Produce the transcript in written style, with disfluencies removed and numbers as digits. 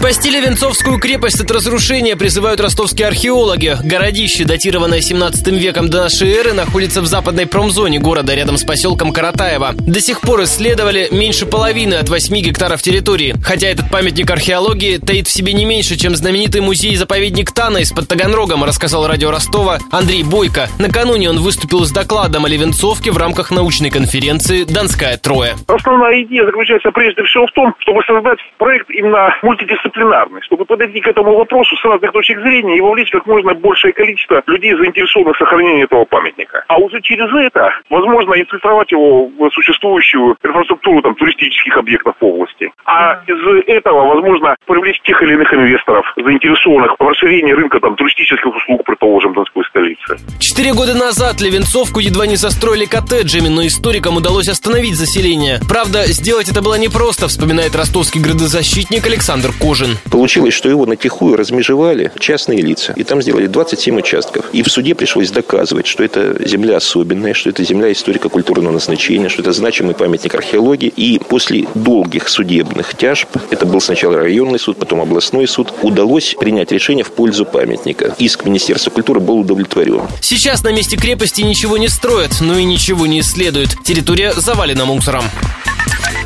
Спасти Левенцовскую крепость от разрушения призывают ростовские археологи. Городище, датированное 17 веком до нашей эры, находится в западной промзоне города, рядом с поселком Каратаево. До сих пор исследовали меньше половины от 8 гектаров территории. Хотя этот памятник археологии таит в себе не меньше, чем знаменитый музей-заповедник Танais под Таганрогом, рассказал радио Ростова Андрей Бойко. Накануне он выступил с докладом о Левенцовке в рамках научной конференции «Донская Троя». Основная идея заключается прежде всего в том, чтобы создать проект именно мультидисциплинарный, чтобы подойти к этому вопросу с разных точек зрения и вовлечь как можно большее количество людей, заинтересованных в сохранении этого памятника. А уже через это возможно инфильтровать его в существующую инфраструктуру туристических объектов в области. А из этого возможно привлечь тех или иных инвесторов, заинтересованных в расширении рынка туристических услуг, предположим, Донской столицы. 4 года назад Левенцовку едва не застроили коттеджами, но историкам удалось остановить заселение. Правда, сделать это было непросто, вспоминает ростовский градозащитник Александр Кожин. Получилось, что его натихую размежевали частные лица. И там сделали 27 участков. И в суде пришлось доказывать, что это земля особенная, что это земля историко-культурного назначения, что это значимый памятник археологии. И после долгих судебных тяжб, это был сначала районный суд, потом областной суд, удалось принять решение в пользу памятника. Иск Министерства культуры был удовлетворен. Сейчас на месте крепости ничего не строят, но и ничего не исследуют. Территория завалена мусором.